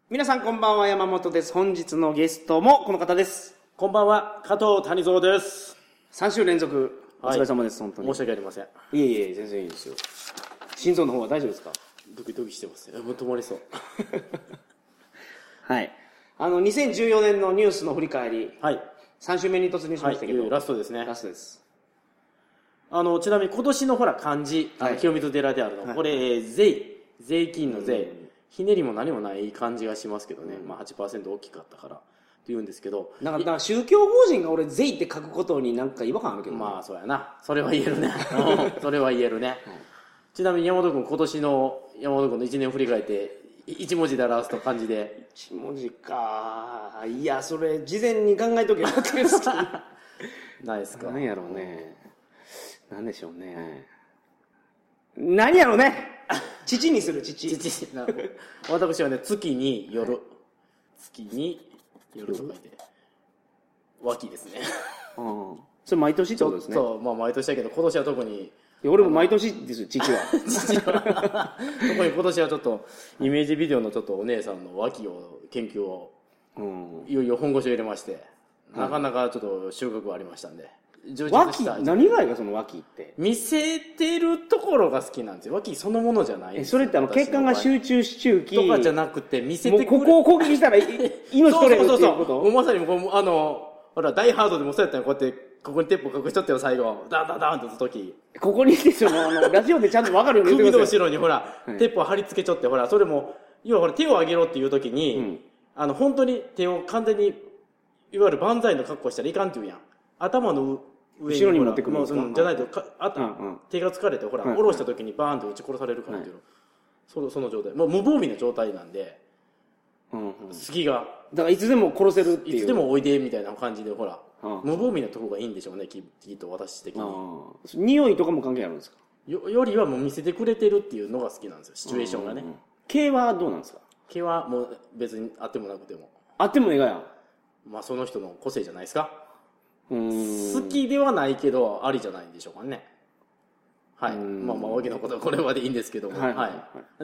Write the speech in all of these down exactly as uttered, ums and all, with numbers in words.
皆さんこんばんは、山本です。本日のゲストもこの方です。 こんばんは、加藤谷蔵です。 さん週連続お疲れ様です、はい、本当に。 申し訳ありません。 いえいえ、全然いいですよ。心臓の方は大丈夫ですか？ ドキドキしてますよ。もう止まりそう。 はい。あの、にせんじゅうよねんのニュースの振り返り。 はい。 さん週目に突入しましたけど。 はい、ラストですね。 ラストです。 あの、ちなみに今年のほら漢字、はい、清水寺であるの、はい、これ、税、税金の税、ひねりも何もない感じがしますけどね。うん、まあ はちパーセント 大きかったから。って言うんですけど。 なんか、なんか宗教法人が俺、税って書くことになんか違和感あるけど、ね。 まあ、そうやな。それは言えるね。それは言えるね。はい、ちなみに山本君、今年の山本君のいちねんを振り返って、一文字で表すと漢字で。 一文字か。いや、それ、事前に考えとけばよかったですけど。 ないですか。 何やろうね。何でしょうね。何やろうね。父にする、父。 父。私はね、月に夜。はい、月に夜と書いて。脇ですね。 うん。それ毎年ってことですね。 そう、まあ毎年だけど、今年は特に。いや、俺も毎年ですよ、父は。 父は。特に今年はちょっと、イメージビデオのちょっとお姉さんの脇を、研究を、うん、いよいよ本腰を入れまして、うん、なかなかちょっと収穫はありましたんで。 脇何がいいかその脇って見せてるところが好きなんですよ。脇そのものじゃないんですよ。 えそれってあの血管が集中し中期とかじゃなくて見せてくれもうここを攻撃したら命取れるっていうこと。 そうそうそうそう。まさにもうあのほらダイハードでもそうやったよ。こうやってここにテープ隠しとってよ最後ダンダンダンって打つ時ここにですよ。あのラジオでちゃんと分かるように言ってください。首の後ろにほら、はい、テープを貼り付けちょってほらそれも要はほら手を上げろっていう時に、うん、あの本当に手を完全にいわゆる万歳の格好したらいかんっていうやん。頭の後ろに持ってくるんですか、 うん、じゃないとかあと、うんうん、手が疲れてほら、はい、下ろした時にバーンと撃ち殺されるからっていうの、はい、そのその状態もう無防備な状態なんで、うんうん、隙がだからいつでも殺せるっていういつでもおいでみたいな感じでほら、うん、無防備なとこがいいんでしょうねきっと私的に。 匂いとかも関係あるんですか？ よ, よりはもう見せてくれてるっていうのが好きなんですよシチュエーションがね。 毛はどうなんですか？ 毛はもう別にあってもなくてもあってもええがやん。 まあその人の個性じゃないですか。好きではないけどありじゃないんでしょうかね。はい。まあまあわけのことはこれまでいいんですけども。はい、はい、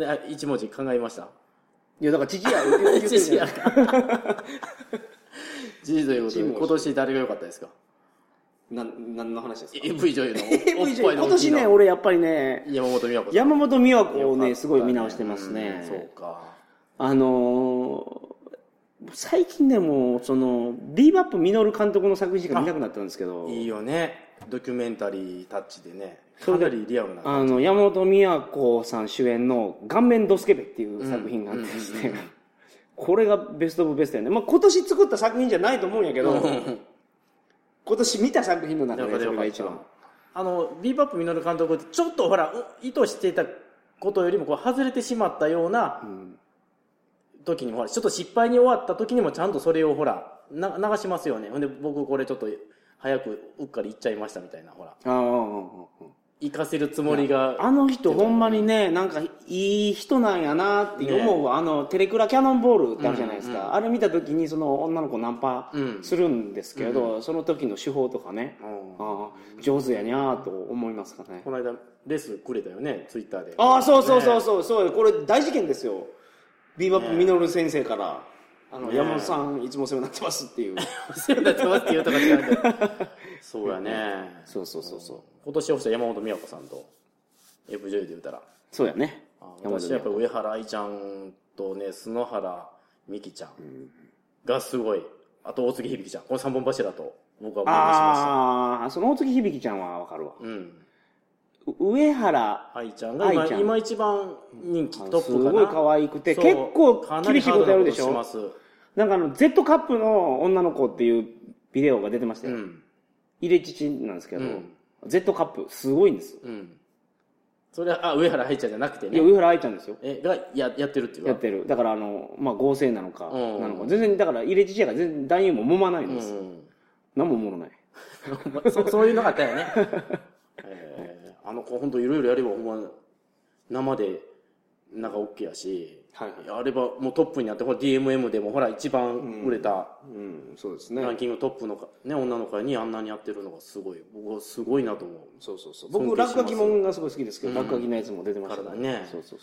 はい。で一文字考えました。 いやだから父や言ってる父やか。父ということで今年誰が良かったですか？ な何の話ですか？ エーブイ 女優のおっぱいの今年ね俺やっぱりね山本美和子さん山本美和子をねすごい見直してますね。 そうか。 あのー最近ねもうそのビーバップ稔監督の作品しか見なくなったんですけどいいよねドキュメンタリータッチでねかなりリアルなあの山本美和子さん主演の「顔面ドスケベ」っていう作品があってですねこれがベストオブベストやね、まあ、今年作った作品じゃないと思うんやけど今年見た作品の中でそれが一番あのビーバップ稔監督ってちょっとほら意図していたことよりもこう外れてしまったような、うん時にもほらちょっと失敗に終わった時にもちゃんとそれをほらな流しますよね。ほんで僕これちょっと早くうっかり言っちゃいましたみたいなほら生かせるつもりがあの人ほんまにねなんかいい人なんやなって思うわ、ね、あのテレクラキャノンボールってあるじゃないですか、うんうん、あれ見た時にその女の子ナンパするんですけど、うん、その時の手法とかね、うん、あ上手やにゃーと思いますかね。 この間レスくれたよねツイッターで。 ああそうそうそうそうそう、これ大事件ですよ。ビーバップ稔先生から、あの、山本さんいつもお世話になってますっていう。 お世話になってますっていうとか違うんで。そうやね。 そうそうそうそう。 今年は山本美和子さんと、エフジョイで言うたら。 そうやね。 私はやっぱり上原愛ちゃんとね、篠原美希ちゃんがすごい。あと大杉響ちゃん。この三本柱と僕は思いました。 ああ、その大杉響ちゃんはわかるわ。うん。上原愛ちゃんが 今, 今一番人気トップかな。すごい可愛くて結構厳しいことやるでしょ。なんかあの Z カップの女の子っていうビデオが出てましたよ、うん、入れ乳なんですけど、うん、Z カップすごいんです、うん、 それはあ上原愛ちゃんじゃなくてね。 いや上原愛ちゃんですよ。 えが や, やってるっていうやってる。だからあのまあ合成なのかなのか全然だから入れ乳やから全然男優も揉まないんです、うん、何も揉まないそ, そういうのがあったよねえー、あの子本当いろいろやればほんま生でなんか OK やし、はいはい、あればもうトップになってほら ディーエムエム でもほら一番売れた、うんうん、そうですね、ランキングトップの、ね、女の子にあんなにやってるのがすごい僕はすごいなと思う。 そうそうそう。僕落書きもんがすごい好きですけど、うん、落書きのやつも出てましたからね。 そうそうそう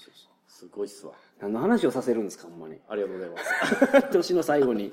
すごいっすわ。 何の話をさせるんですか、ほんまに。 ありがとうございます。 年の最後に。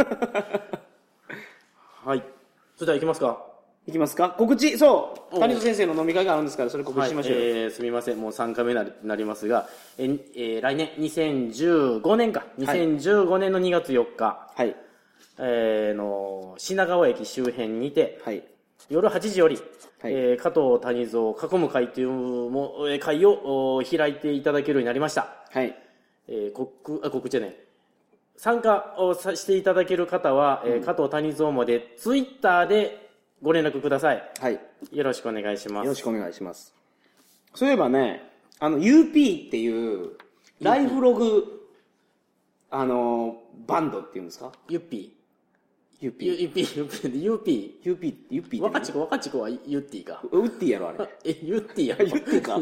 はい。それでは行きますか。 いきますか。告知、そう。谷戸先生の飲み会があるんですから、それ告知しましょう。 はい、えー、すみません。もうさんかいめになりますが、えーえー、来年、にせんじゅうごねんか。にせんじゅうごねんのにがつよっか。はい。えー、の、品川駅周辺にて、はい。夜はちじより、はい、えー、加藤谷蔵を囲む会というも会を開いていただけるようになりました。はい。えー、告、あ、告知ね。参加をさしていただける方は、うん、えー、加藤谷蔵までツイッターでご連絡ください。はい。よろしくお願いします。 よろしくお願いします。そういえばね、あの ユーピー っていうライフログ、あのバンドっていうんですか？ ユーピー。 ユーピー。 ユーピー、ユーピー、ユーピー。 ユーピー、ユーピー。 若ち子、若ち子はユッティか。 ウッティやろ、あれ。 え、ユッティやろ。 ユッティか。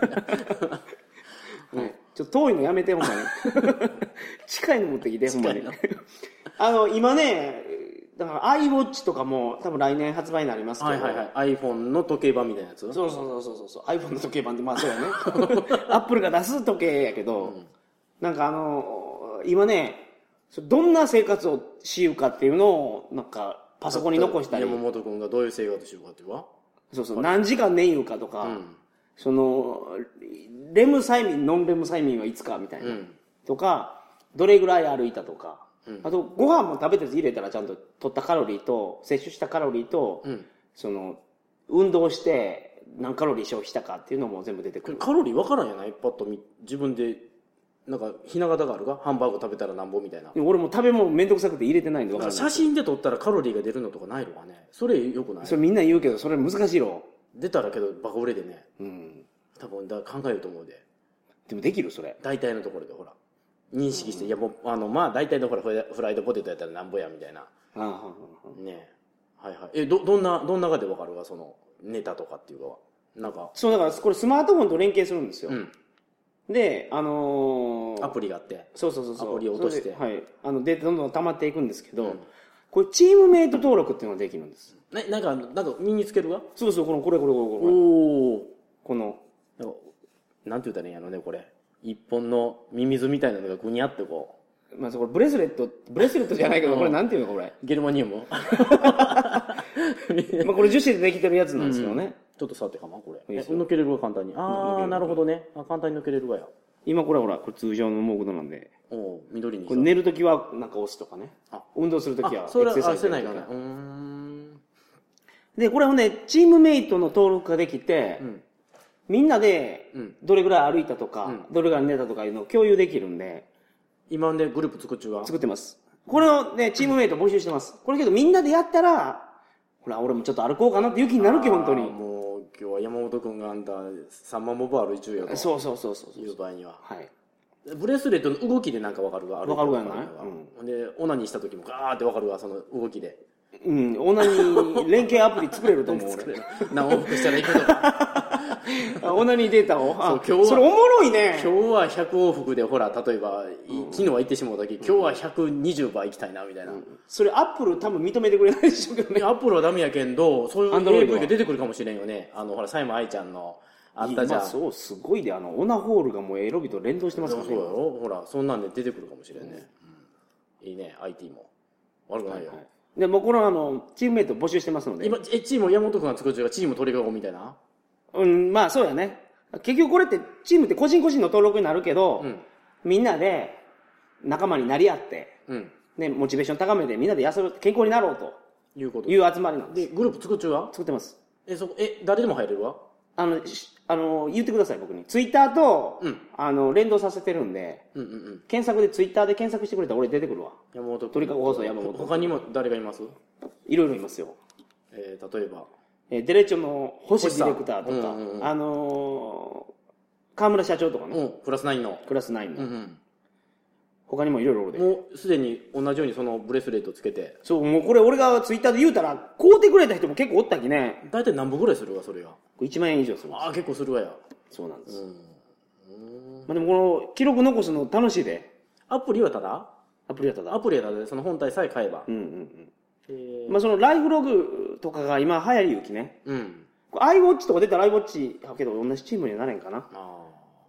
はい。ちょっと遠いのやめて、ほんまに。近いの持ってきて、ほんまに。あの、今ね、だから iWatch とかも多分来年発売になりますけど。 はいはいはい。iPhone の時計版みたいなやつ？ そうそうそうそうそう。iPhone の時計版ってまあそうやね。Apple が出す時計やけど、うん、なんかあの、今ね、どんな生活をしようかっていうのを、なんか、パソコンに残したり。 山本君がどういう生活しようかっていうかそうそう、何時間寝ようかとか、うん、その、レム催眠、ノンレム催眠はいつかみたいな。うん、とか、どれぐらい歩いたとか、うん、あと、ご飯も食べて入れたらちゃんと取ったカロリーと、摂取したカロリーと、うん、その、運動して何カロリー消費したかっていうのも全部出てくる。 カロリー分からんやないパッと見、自分で。なんか、ひな形があるかハンバーグ食べたらなんぼみたいな。 俺も食べ物めんどくさくて入れてないんで分からない。写真で撮ったらカロリーが出るのとかないのかね。それよくない？ それみんな言うけど、それ難しいろ。 出たらけどバカ売れでね。うん。多分だ考えると思うで。 でもできるそれ。 大体のところでほら。認識して、うん、いやもう、あの、まあ大体のほら、フライドポテトやったらなんぼやみたいな。ああ、はあ、ねはいはい。え、ど、どんな、どんな中で分かるかその、ネタとかっていうかは。なんか。 そう、だからこれスマートフォンと連携するんですよ。うん。で、あのー、 アプリがあって。 そうそうそうそう。 アプリを落として。 はい。あの、データどんどん溜まっていくんですけど、うん、これチームメイト登録っていうのができるんです。 ね、なんか、なんか身につけるわそうそう、この、これこれこれこれ。 おー。 この、 なんて言ったらいいんやろね、これ。一本のミミズみたいなのがぐにゃってこう。まあ、そこブレスレット、ブレスレットじゃないけど、これなんていうのこれ。 ゲルマニウムまあこれ樹脂でできてるやつなんですけどね。うんちょっと触ってかまこれ。え、抜けれるわ、簡単に。あー、なるほどね。あ、簡単に抜けれるわや。 今これほら、これ通常のモードなんで。 お緑に。 これ寝るときはなんか押すとかね。あ、運動するときはエクササイズせないからね。うーん。 で、これはね、チームメイトの登録ができて、うん、みんなで、どれぐらい歩いたとか、うん、どれぐらい寝たとかいうのを共有できるんで。 今ね、グループ作っちゅうわ。 作ってます。これをね、チームメイト募集してます。これけどみんなでやったら、ほら、俺もちょっと歩こうかなっていう気になるけ、本当に。 もう、今日は山本くんがあんた、さんまん歩歩いちゅうよと。 そうそうそうそう。 いう場合には。 はい。 ブレスレットの動きでなんかわかるわ。 わかるわやない？ うん。で、オナニーした時もガーってわかるわ、その動きで。 うん、オナニー連携アプリ作れると思う、俺。 何往復したらいくとか。 オナニーデータを。 そう、今日は。 それおもろいね。 今日はひゃく往復で、ほら、例えば、昨日は行ってしまうだけ、今日はひゃくにじゅうばい行きたいな、みたいな。 それアップル多分認めてくれないでしょうけどね。 アップルはダメやけんど、そういう エーブイ が出てくるかもしれんよね。あの、ほら、サイモン愛ちゃんの。あったじゃん。 そう、すごいで、あの、オナホールがもうエロビと連動してますからね。そうやろほら、そんなんで出てくるかもしれんね。うん、いいね、アイティー も。悪くないよ。はいはい、 で、もうこのあの、チームメイト募集してますので。 今、え、チームを山本君が作るがチーム鳥かごみたいなうん、まあそうやね。結局これって、チームって個人個人の登録になるけど、うん、みんなで仲間になり合って、うん、ね、モチベーション高めてみんなで痩せる、健康になろうと。いうこと。いう集まりなんです。 で、グループ作っちゅうわ作ってます。 え、そこ、え、誰でも入れるわあの、あの、言ってください、僕に。ツイッターと、うん、あの、連動させてるんで、うんうんうん、検索でツイッターで検索してくれたら俺出てくるわ。 山本鳥かご放送山本。 他にも誰がいますいろいろいますよ。 えー、例えば。 えー、デレチョの星ディレクターとか、うんうんうん、あのー、河村社長とかね。 うん、クラスナインの。 クラスナインの。うんうん、他にもいろいろおるで。 もうすでに同じようにそのブレスレットつけて。 そう、もうこれ俺がツイッターで言うたら、買うてくれた人も結構おったきね。 だいたい何本ぐらいするわ、それが。 いちまんえん以上する。 ああ、結構するわや。 そうなんです。うん。まあでもこの記録残すの楽しいで。 アプリはただアプリはただ。 アプリはただで、その本体さえ買えば。うんうんうん。 えー、まあそのライフログとかが今流行りゆきね。うん。iWatch とか出たら iWatch はけど同じチームにはなれんかな。ああ。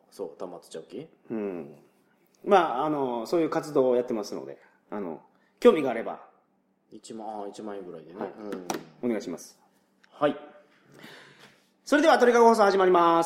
そう、端末チョキ。 うん。まあ、あの、そういう活動をやってますので、あの、興味があれば。 いちまん、あ、いちまん円ぐらいでね。 はい、うん。お願いします。 はい。 それでは、鳥かご放送始まります。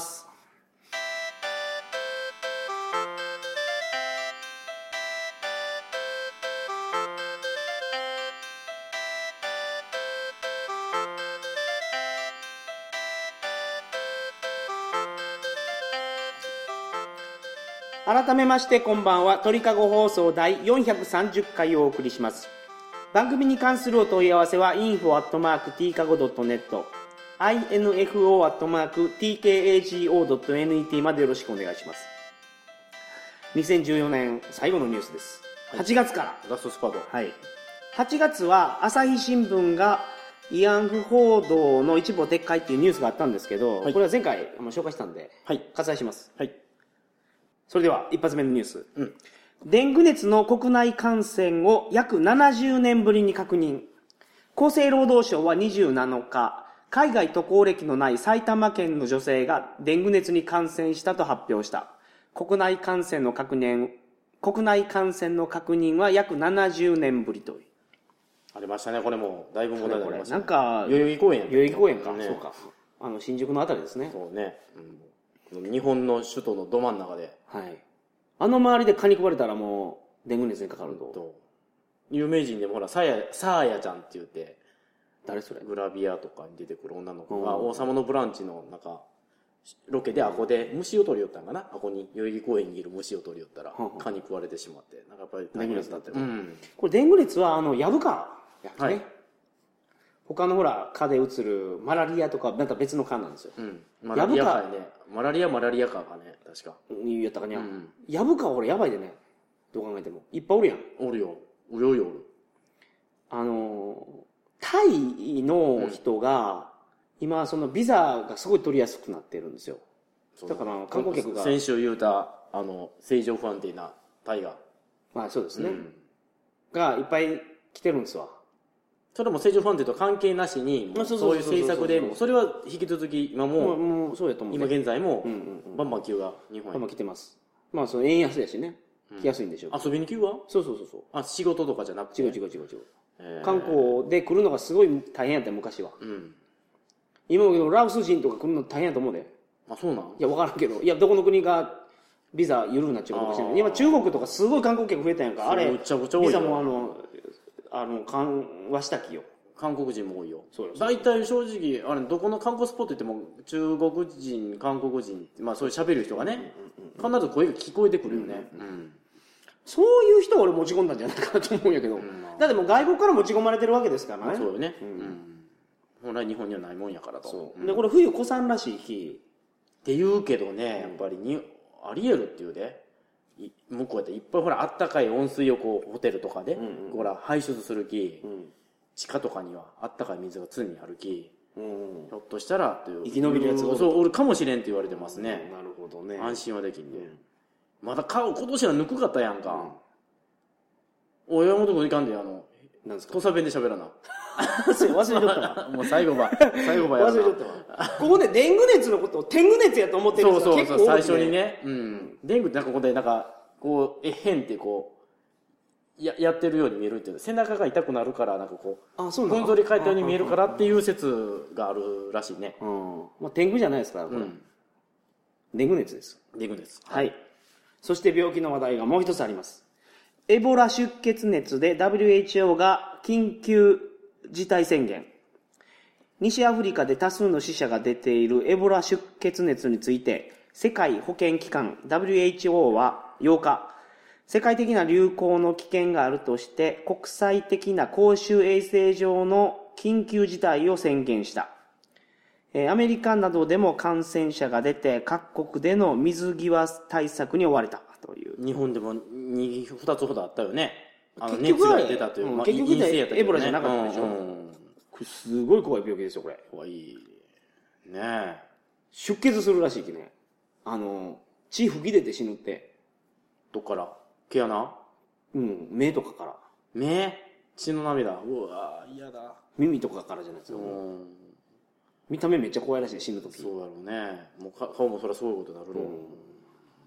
改めましてこんばんは。鳥かご放送第よんひゃくさんじゅっかいをお送りします。番組に関するお問い合わせは インフォ アットマーク ティーカゴ ドットネット インフォ アットマーク ティーケーエージーオー ドットネット までよろしくお願いします。にせんじゅうよねん最後のニュースです。はちがつから。 ラストスパート。 はい。はちがつは朝日新聞が慰安婦報道の一部を撤回っていうニュースがあったんですけど、はい、これは前回紹介したんで、はい、割愛します。はい。それでは一発目のニュース、うん、デング熱の国内感染を約ななじゅうねんぶりに確認。厚生労働省はにじゅうなのか、海外渡航歴のない埼玉県の女性がデング熱に感染したと発表した。国内感染の確認国内感染の確認は約ななじゅうねんぶりという。 ありましたね。これもだいぶ問題になりましたね。 なんか代々木公園、 代々木公園か、ね、そうか、あの新宿のあたりですね。 そうね、うん、日本の首都のど真ん中で、 はい、あの周りで蚊に食われたらもうデング熱にかかると。と有名人でもほらサーヤサーヤちゃんって言って、 誰それ？ グラビアとかに出てくる女の子が王様のブランチのなんかロケであこで虫を取り寄ったんかな、あこに代々木公園にいる虫を取り寄ったら蚊に食われてしまって、なんかやっぱりデング熱だったよ、うん、これデング熱はあのヤブ蚊やっぱね、はい、他のほら蚊でうつるマラリアとかなんか別の蚊なんですよ、うん、 マラリア蚊ね、マラリアマラリア蚊がね確か言ったかにゃ、うん、ヤブ蚊は俺やばいでね、どう考えてもいっぱいおるやん。 おるよ、おるよおる。 あのタイの人が、うん、今そのビザがすごい取りやすくなってるんですよ。だから観光客が先週言うたあの政情不安定なタイが、 まあそうですね、うん、がいっぱい来てるんですわ。 それも政情不安定と関係なしにそういう政策でそれは引き続き今も、 もうそうやと思う、 今現在も、うんうんうん、バンバン気が日本にバンバン来てます。まあその円安やしね、来やすいんでしょう、 うん、遊びに来るわ。 そうそうそうそう。 あ、仕事とかじゃなくて。 違う違う違う違う、えー、観光で来るのがすごい大変やった昔は、うん、今もラオス人とか来るの大変やと思うで。 あ、そうなん？ いや分からんけど、いやどこの国がビザ緩くなっちゃうかもしれない。今中国とかすごい観光客増えたやんか。あれビザもあのあの緩和したきよ。 韓国人も多いよ。大体正直あれどこの観光スポット行っても中国人韓国人、まあそういう喋る人がね、必ず声が聞こえてくるよね、うんうんうん、 そういう人を俺持ち込んだんじゃないかなと思うんやけど、うん、だってもう外国から持ち込まれてるわけですからね。 そうよね、うんうん、本来日本にはないもんやからと。 そう、うん、でこれ冬越さんらしい日って言うけどね、やっぱりにありえるっていうで、向こうやっていっぱいほらあったかい温水をこうホテルとかで、うんうん、ほら排出するき、うん、地下とかにはあったかい水が常にあるき、うん、ひょっとしたらっていう生き延びるやつがそうおるかもしれんって言われてますね、 うん、なるほどね。 安心はできんで、うん、まだ顔今年は抜くかったやんか、うん、お山本君いかんで、あのなんですか、 土佐弁で喋らな忘れとったわもう最後ば最後ばやらな忘れとったわここでデング熱のことを天狗熱やと思ってる人が結構多い、ね、 そうそうそう、最初にね、うん、デングってなんかここでなんかこうえへんってこうや, やってるように見えるっていう、背中が痛くなるからなんかこうあそうなふんぞり返ったように見えるからっていう説があるらしいね。 うん、まあ、天狗じゃないですからこれ、うん、デング熱です。 デング熱、 はい、はい、そして病気の話題がもう一つあります。エボラ出血熱で ダブリューエイチオー が緊急事態宣言。西アフリカで多数の死者が出ているエボラ出血熱について世界保健機関 ダブリューエイチオー はようか、世界的な流行の危険があるとして国際的な公衆衛生上の緊急事態を宣言した。アメリカなどでも感染者が出て各国での水際対策に追われたという。 日本でも 2, 2つほどあったよね。あの熱が出たという、 うんまあ、結局エボラじゃなかったでしょ、うんうん、これすごい怖い病気ですよこれ。 怖いねえ。 出血するらしいきね、あの血吹き出て死ぬって。 どっから？毛穴？ うん、目とかから。 目？血の涙。うわ嫌だ。 耳とかからじゃないですか。見た目めっちゃ怖いらしい、死ぬ時。 そうだろうね。もう顔もそりゃそういうことになるろう、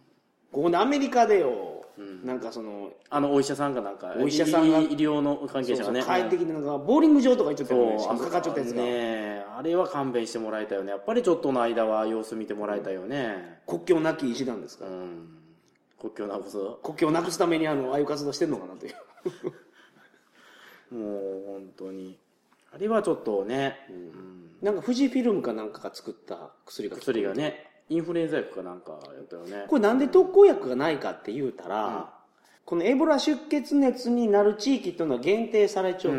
ここでアメリカでよ、うん、なんかそのあのお医者さんかなんかお医者さんが医療の関係者がね帰ってきてなんかボーリング場とか行っちゃったよね。しかもかかっちゃったやつがね。あれは勘弁してもらいたいよね。やっぱりちょっとの間は様子見てもらいたいよね。 国境なき医師団ですから、うん、 国境なくす国境なくすためにあのああいう活動してんのかなというもう本当にあれはちょっとね、うんうん、なんか富士フィルムかなんかが作った薬が薬がねインフルエンザ薬かなんかやったよね。 これなんで特効薬がないかって言うたら、うん、このエボラ出血熱になる地域というのは限定されちゃって、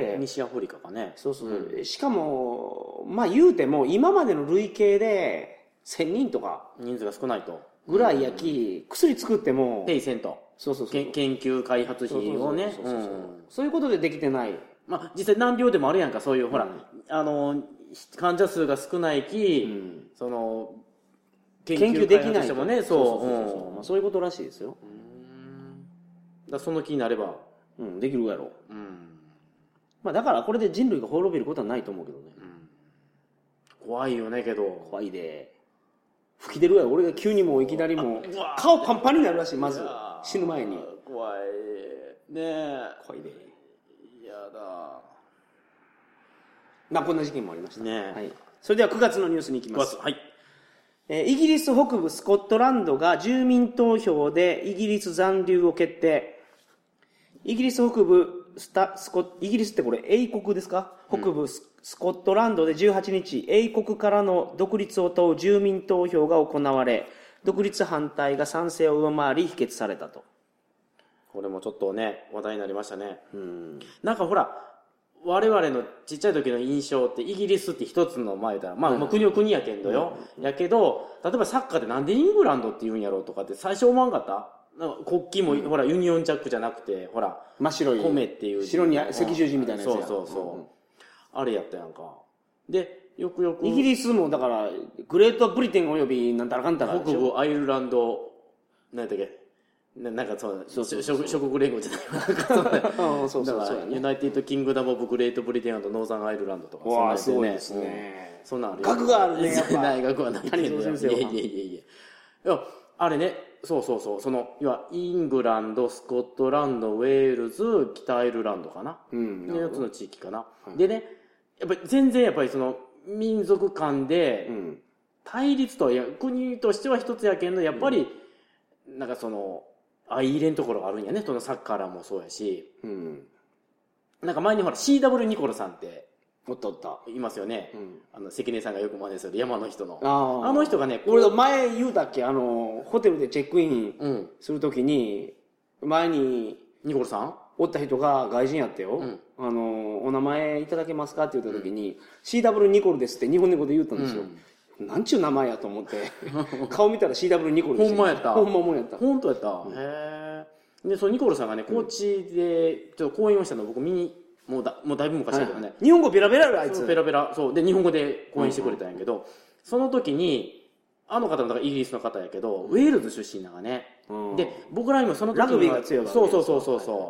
うん、西アフリカかね。 そうそう、うん、しかもまあ言うても今までの累計でせんにんとか人数が少ないとぐらいやき、うん、薬作ってもペイセントそうそうそう研究開発費をねそういうことでできてない。 まあ実際難病でもあるやんかそういう、うん、ほらあの患者数が少ないき、うん、その研究できないもね、 そうそういうことらしいですよ。 うんだその気になれば、 うん、できるやろう。うん、まあだからこれで人類が滅びることはないと思うけどね。 うん、怖いよねけど。 怖いで。吹き出るやろ。俺が急にもういきなりもう顔パンパンになるらしい。まず死ぬ前に。 怖いねえ。 怖いで。 やだ。 まあこんな事件もありました。 ね。 はい。それではくがつのニュースに行きます。 はい。 イギリス北部スコットランドが住民投票でイギリス残留を決定。イギリス北部スタスコイギリスってこれ英国ですか？北部ス、うん、スコットランドでじゅうはちにち英国からの独立を問う住民投票が行われ、独立反対が賛成を上回り否決されたと。 これもちょっとね話題になりましたね。うん。なんかほら我々のちっちゃい時の印象ってイギリスって一つの前だ。まあ、うん、まあ国は国やけんどよ、うん。やけど、例えばサッカーでなんでイングランドって言うんやろうとかって最初思わんかった？なんか国旗も、うん、ほらユニオンジャックじゃなくて、ほら、 真っ白い。 米っていう。 白に赤十字みたいなやつや。 そうそうそう。うん、あれやったやんか。で、よくよく。 イギリスもだから、グレートブリテンおよびなんたらかんたら。 北部アイルランド、何やったっけななんかそう、そうそうそう諸国連合じゃないかなんかそうだそうそうそう、ね、ユナイテッドキングダムオブグレートブリテン&ノーザンアイルランドとかわあすごいですね。 そんなある学があるねやっぱ。 ない学はないけど。 谷蔵先生は。 いやいやいやいや。いやあれね、そうそうそうその要はイングランド、スコットランド、ウェールズ、北アイルランドかな。うん。よっつの地域かな。うん、でね、やっぱり全然やっぱりその民族間で対立といや国としては一つやけんどやっぱりなんかその。相入れんところがあるんやね。そのサッカーらもそうやし。うん。なんか前にほら シーダブリュー ニコルさんって。 おったおった。 いますよね。うん。あの、関根さんがよく真似する山の人の。 ああ。あの人がね、 俺前言うたっけあの、ホテルでチェックインするときに、うん、前に。 ニコルさんおった人が外人やったよ。うん。あの、お名前いただけますかって言ったときに、うん、シーダブリュー ニコルですって日本語で言ったんですよ。うんなんちゅう名前やと思って。顔見たら シーダブリュー ニコルでした。ほんまやった。 ほんまもんやった。 ほんとやった。うん、へぇで、そのニコルさんがね、高知で、ちょっと講演をしたのを僕見に、もうだ、もうだいぶ昔だけどね、はい。 日本語ペラペラやろ、あいつ。 ペラペラ。そう。で、日本語で講演してくれたんやけど、うんうん、その時に、あの方もだからイギリスの方やけど、ウェールズ出身なんかね。うん、で、僕らにもその時にラグビーが強いわけそうそうそうそうそう、はい。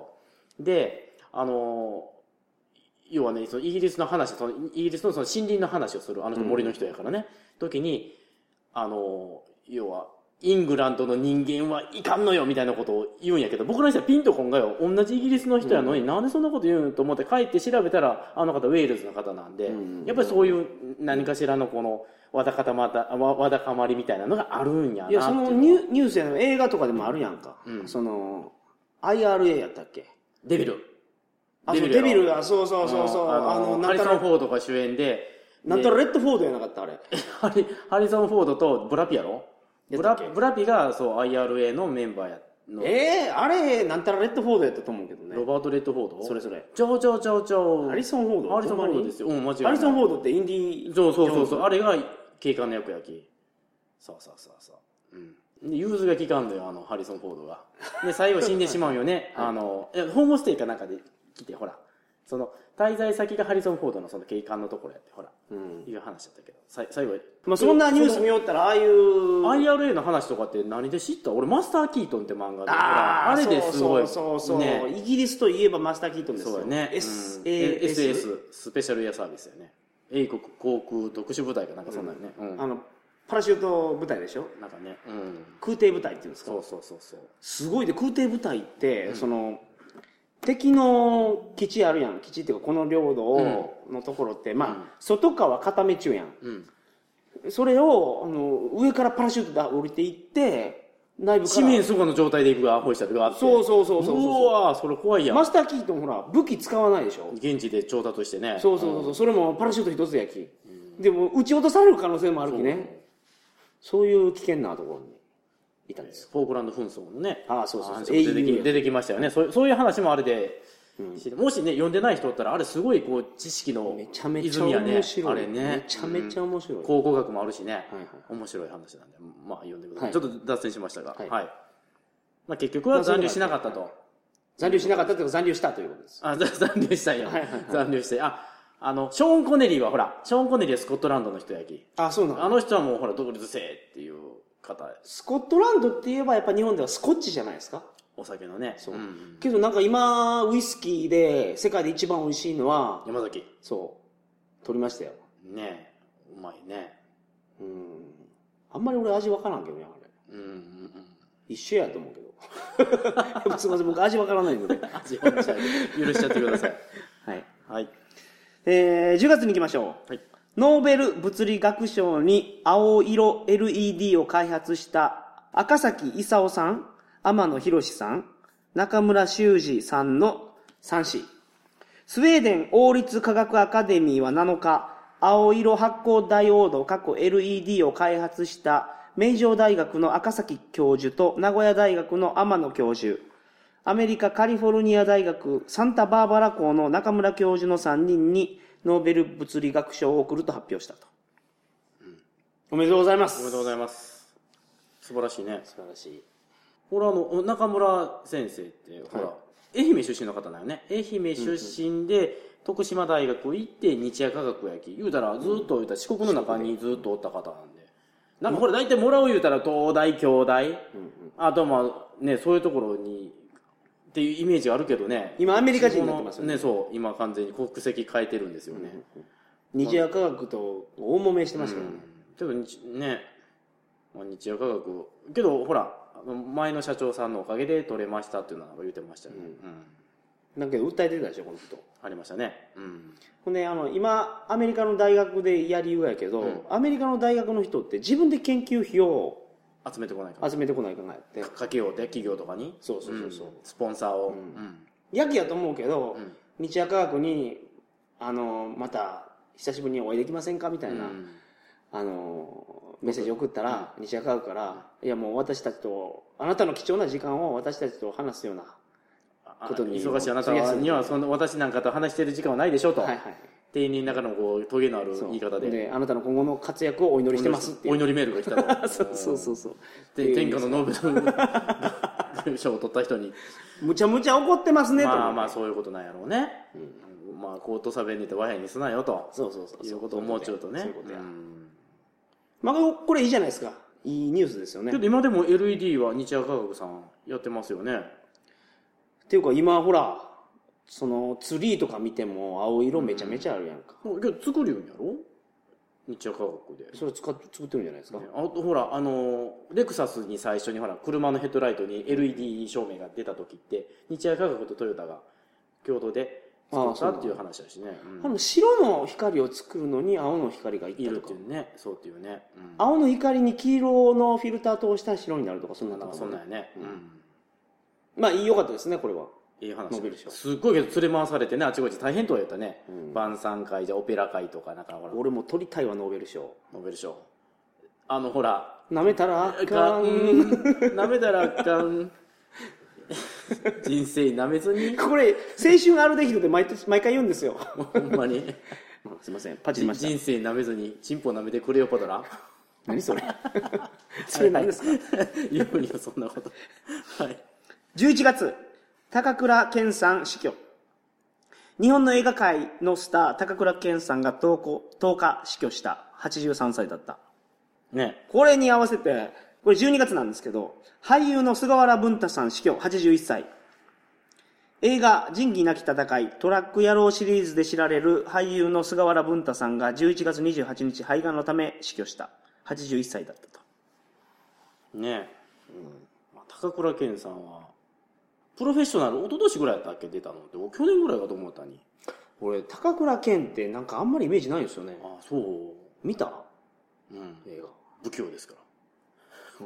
で、あのー、要はね、そのイギリスの話、そのイギリスのその森林の話をする、あの人森の人やからね、うん、時に、あの、要は、イングランドの人間はいかんのよみたいなことを言うんやけど、僕らにしてはピンとこんがよ。同じイギリスの人やのに、うん、なんでそんなこと言うんと思って帰って調べたら、あの方ウェールズの方なんで、うん、やっぱりそういう何かしらのこの、わだかたまた、わだかまりみたいなのがあるんやな。 いや、そのニュニュースやの映画とかでもあるやんか。うん、その、アイアールエー やったっけデビル。 あ、デビル。デビルが、そうそうそうそう。 あの、あのハリソン・フォードが主演で、 なんたらレッドフォードやなかったあれ。 ハリ、ハリソン・フォードとブラピやろブラ、ブラピが、そう、アイアールエー のメンバーやの。 ええー、あれ、なんたらレッドフォードやったと思うけどね。 ロバート・レッドフォードそれそれ。 ちょうちょうちょうちょう。 ハリソン・フォードハリソン・フォードですよ。うん、間違いない。 ハリソン・フォードってインディー。 そうそうそうそう。あれが警官の役やき。そうそうそうそう。うん。で、融通が効かんのよ、あの、ハリソン・フォードが。で、最後死んでしまうよね。はい、あの、ホームステイかなんかで来て、ほら。その、滞在先がハリソン・フォードのその警官のところやって、ほら、うん、いう話だったけど、さ最後まあそんなニュース見よったら、ああいう。 アイアールエー の話とかって何で知った？俺、マスター・キートンって漫画で。 ああれですごい。 そうそうそうそう、ね。イギリスといえばマスター・キートンですよ。 そうやね。 エスエーエス。 エスエス、スペシャルエアサービスやね。英国航空特殊部隊かなんかそんなんね。 うんうん、あの、 パラシュート部隊でしょ。 なんかね、うん、 空挺部隊っていうんですか。 そうそうそうそう。 すごいで、空挺部隊って、うん、その、敵の基地あるやん。基地っていうか、この領土を、うん、のところって、まあ、うん、外側固め中やん。うん、それを、あの、上からパラシュートで降りていって、 内部から。地面そこの状態で行くアホイしたとかあって。 そうそうそうそうそう。 うわー、それ怖いやん。 マスターキートンほら、武器使わないでしょ。 現地で調達してね。 そうそうそう。それもパラシュート一つやき。うん、でも、撃ち落とされる可能性もあるきね。そう、そういう危険なところにいたんです。 フォークランド紛争のね。 ああ、そうそうそう。 出てき、出てきましたよね。そう、そういう話もあれで、うん、もしね、読んでない人だったら、あれすごいこう、知識のめちゃめちゃ面白い。 あれね。 めちゃめちゃ面白い。 うん、考古学もあるしね。はいはい、面白い話なんで、まあ読んでください。はい、ちょっと脱線しましたが。はい。はい、まあ結局は残留しなかったと。 残留しなかったというか残留したということです。 あ、残留したんよ。はいはいはい、残留して。あ、あの、ショーン・コネリーはほら、ショーン・コネリーはスコットランドの人やき。 あ、そうなの。 あの人はもうほら、独立せえっていう方。 スコットランドって言えばやっぱ日本ではスコッチじゃないですか。 お酒のね。 そう。うん、けどなんか今、ウイスキーで世界で一番美味しいのは、 山崎。 そう。取りましたよ。ねえ。うまいね。 うん。あんまり俺味わからんけどね、あれ。うんうんうん。一緒やと思うけど。すみません、僕味わからないので。 味わっちゃう。許しちゃってください。 はい。 はい。 えー、じゅうがつに行きましょう。はい。ノーベル物理学賞に青色 エルイーディー を開発した赤崎勲さん、天野博さん、中村修二さんのさん氏。スウェーデン王立科学アカデミーはなのか、青色発光ダイオード過去 エルイーディー を開発した名城大学の赤崎教授と名古屋大学の天野教授、アメリカカリフォルニア大学サンタバーバラ校の中村教授のさんにんにノーベル物理学賞を贈ると発表したと。うん、おめでとうございます。 おめでとうございます。素晴らしいね。 素晴らしい。 ほら、あの、中村先生って、ほら、はい、愛媛出身の方だよね。愛媛出身で、うんうん、徳島大学行って、日夜科学やき。言うたら、ずっと言うたら、四国の中にずっとおった方なんで。なんかこれ大体もらう言うたら、東大、京大、うんうん、あとまあ、ね、そういうところに、っていうイメージがあるけどね。 今アメリカ人になってますよね。 ね、そう。今完全に国籍変えてるんですよね。うんうん、日夜科学と大揉めしてますからね。 けど、ね、まあ、日夜科学、けど、ほら、前の社長さんのおかげで取れましたっていうのは言ってましたね。 うん。だけど訴えてたでしょ、この人。 ありましたね。うん。 ほんで、あの、今、アメリカの大学でやりようやけど、うん、アメリカの大学の人って自分で研究費を集めてこないか集めてこないかなって。 かけようって、企業とかに。 そうそうそうそう、うん。 スポンサーを。うん。 やきやと思うけど、うん、日夜科学に、あの、また、久しぶりにお会いできませんかみたいな、うん、あの、メッセージ送ったら、うん、日夜科学から、いやもう私たちと、あなたの貴重な時間を私たちと話すようなことに。 忙しいあなたには、その私なんかと話している時間はないでしょうと。はいはい。店員の中のこう、トゲのある言い方で。 で、あなたの今後の活躍をお祈りしてますっていう。 お祈りメールが来たと。 そうそうそうそう。 で、天下のノーベル賞を取った人に。 むちゃむちゃ怒ってますねと。 まあまあ、そういうことなんやろうね。うん、まあ、こうとさべんにて和平にすなよと。 そうそうそう。 いうことをもうちょっとね。 そういうことや。まあ、これいいじゃないですか。いいニュースですよね。 けど今でも エルイーディー は日夜科学さんやってますよね。 っていうか今ほら、そのツリーとか見ても青色めちゃめちゃあるやんか。 うん、けど作るんやろ日夜科学で。 それ使っ作ってるんじゃないですか。ね、 あとほら、あの、レクサスに最初にほら、車のヘッドライトに エルイーディー 照明が出た時って、日夜科学とトヨタが共同で作ったっていう話だしね。 うん、白の光を作るのに青の光がいったとか。 いるっていうね。そうっていうね。 うん、青の光に黄色のフィルター通したら白になるとか、そんなの、 ね。そんなんやね。うん。 まあ、良かったですね、これは。 いい話。ノーベル賞。すっごいけど連れ回されてね、あちこち大変とは言ったね。うん、晩餐会じゃオペラ会とか、なんかほら。 俺も取りたいわ、ノーベル賞。 ノーベル賞。あの、ほら。 舐めたらあかん。 舐めたらあかん。人生舐めずに。 これ、青春アルデヒドで毎毎回言うんですよ。 ほんまに。 すいません、パチりました。 人生舐めずに、チンポ舐めてクレオパトラ。 何それそれ何ですか言うにはそんなこと。はい。 じゅういちがつ、高倉健さん死去。日本の映画界のスター、高倉健さんがとおか死去した。はちじゅうさんさいだった。ね。これに合わせて、これじゅうにがつなんですけど、俳優の菅原文太さん死去、はちじゅういっさい。映画、仁義なき戦い、トラック野郎シリーズで知られる俳優の菅原文太さんがじゅういちがつにじゅうはちにち肺がんのため死去した。 はちじゅういっさいだったと。 ねえ、うん、高倉健さんはプロフェッショナル一昨年ぐらいやったっけ出たのって、去年ぐらいかと思ったに。 俺高倉健ってなんかあんまりイメージないんですよね。 ああ、そう。 見た？ うん、 映画不器用ですから、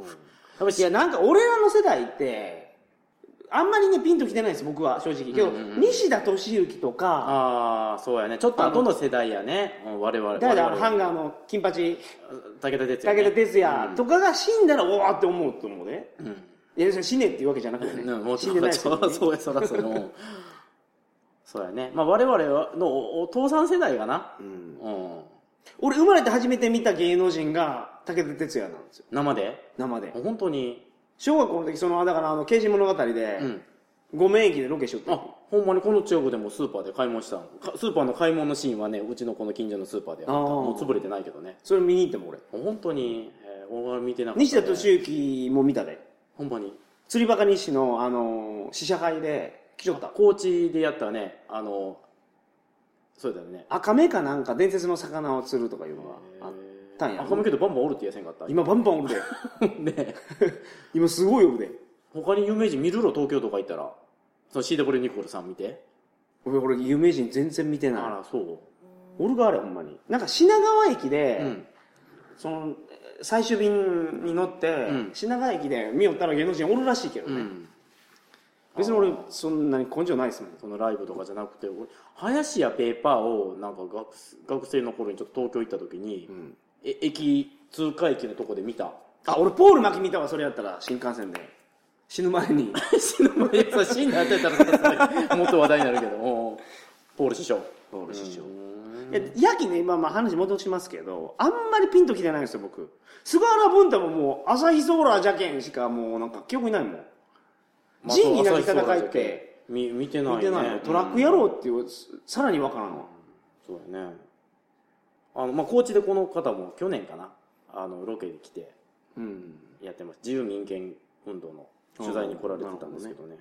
うん、いやなんか俺らの世代ってあんまりねピンときてないです僕は正直けど、うんうんうん、西田敏行とか、 ああそうやね、ちょっと後の世代やね、我々 だからハンガーの金八武田鉄矢、ね、 武田鉄矢とかが死んだらおわって思うと思うね、うん、いや死ねっていうわけじゃなくてね、うん、もう死んでないですよ、ね、 そうやそらそのそうやね、まあ我々のお父さん世代かな、うんうん、 俺生まれて初めて見た芸能人が武田鉄矢なんですよ。 生で生で本当に小学校の時そのだからあの刑事物語で、うん、五名駅でロケしよって、 あほんまにこの近くでもスーパーで買い物したの。スーパーの買い物のシーンはねうちのこの近所のスーパーでやった。もう潰れてないけどね。 それ見に行っても俺本当に、えー、俺は見てなかった、 ね、西田敏行も見たで。 ほんまに釣りバカ日誌のあの試写会で来ちゃった。 高知でやったね、あのそうだよね、 赤目かなんか伝説の魚を釣るとかいうのがあったんや。 赤目けどバンバンおるって言えせんかった。 今バンバンおるでね今すごいおるで。 他に有名人見るろ、東京とか行ったら。その シーダブリュー ニコルさん見て。 俺俺有名人全然見てない。 あらそうおるがあれほんまになんか品川駅で、うん、その最終便に乗って、うん、品川駅で見よったら芸能人おるらしいけどね、うん、別に俺そんなに根性ないですもん。 そのライブとかじゃなくて、俺林家ペーパーをなんか 学, 学生の頃にちょっと東京行った時に、うん、え駅通過駅のとこで見た。 あ、俺ポール巻き見たわ。それやったら新幹線で死ぬ前に死ぬ前に死んだってたらもっと話題になるけどもポール師匠ポール師匠やきね、まあまあ話戻しますけど、あんまりピンときてないんですよ僕。菅原文太ももう朝日ソーラー邪剣しかもうなんか記憶にないもん。仁義なき戦いって見見てないね。 見てないの。トラック野郎っていうさらにわからんわ。 そうだね。あのまあ高知でこの方も去年かな、あのロケで来てやってます。自由民権運動の取材に来られてたんですけどね。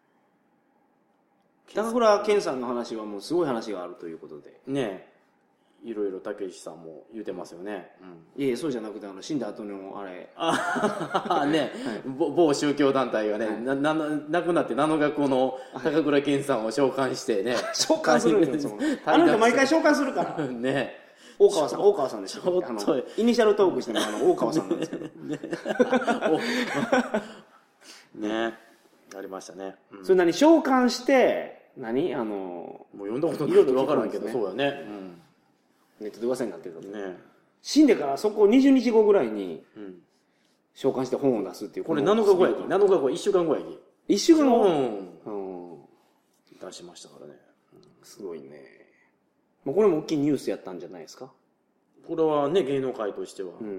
高倉健さんの話はもうすごい話があるということでねえ、いろいろたけしさんも言うてますよね、 うん、いえそうじゃなくてあの死んだ後のあれあね、はい、某宗教団体がね、はい、なな亡くなって名の学校の高倉健さんを召喚してね召喚するんですよあの人毎回召喚するからね、 大川さん、大川さんでしょ。あのイニシャルトークしてもあの大川さんなんですけどねねありましたね、 うん、それ何召喚して何あのもう読んだことないと分からないけど、そうやね、うん、 ネットで噂になってるね。 死んでからそこにじゅうにちごぐらいに召喚して本を出すっていう。 これなのかごやきなのかごいっしゅうかんごやきいっしゅうかんご、 うん、出しましたからね、 うん、すごいね。もうこれも大きいニュースやったんじゃないですか。 これはね芸能界としては、うんうん、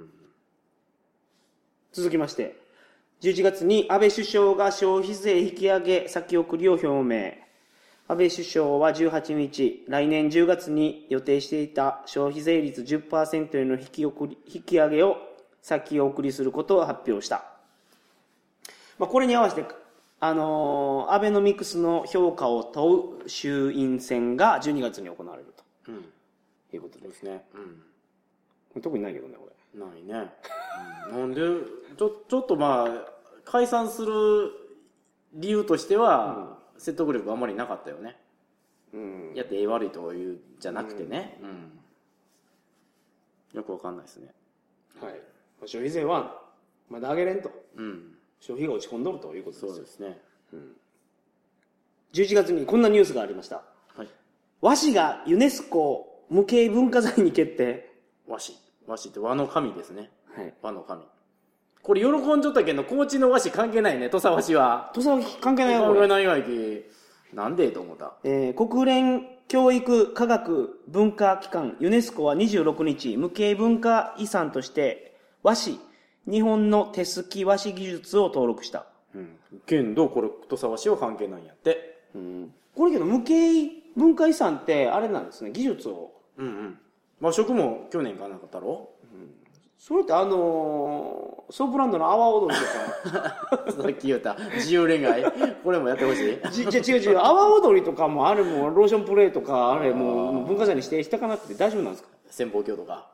続きましてじゅういちがつに安倍首相が消費税引き上げ先送りを表明。安倍首相はじゅうはちにち、来年じゅうがつに予定していた消費税率 じゅっパーセント への引き送り、引き上げを先送りすることを発表した。まあ、これに合わせて、あのー、アベノミクスの評価を問う衆院選がじゅうにがつに行われると、うん、いうことですね。うん、特にないけどね、これ。 ないね。うん、なんでちょ、ちょっとまあ、解散する理由としては、うん説得力あんまりなかったよね、うん、やってええ悪いというじゃなくてね、うんうん、よくわかんないですね。 はい、消費税はまだ上げれんと、うん、消費が落ち込んどるということですよ。 そうですね、うん、 じゅういちがつにこんなニュースがありました、はい、和紙がユネスコ無形文化財に決定。 和紙和紙って和の神ですね、はい、和の神。これ喜んじゃったけど高知の和紙関係ないね。土佐和紙は土佐和紙関係ないよ。 関係ないわけなんでと思った、 えー、国連教育科学文化機関ユネスコはにじゅうろくにち無形文化遺産として和紙日本の手すき和紙技術を登録した、 うん、けどこれ土佐和紙は関係ないんやって、 うん、これけど無形文化遺産ってあれなんですね、技術を。 うんうん和食も去年かなかったろ、うんそれってあのー、ソープランドの阿波踊りとかさっき言った自由恋愛これもやってほしいじじゃ違う違う阿波踊りとかもあれもローションプレイとかあれもう文化財に指定していかなくて大丈夫なんですか。 先方教とか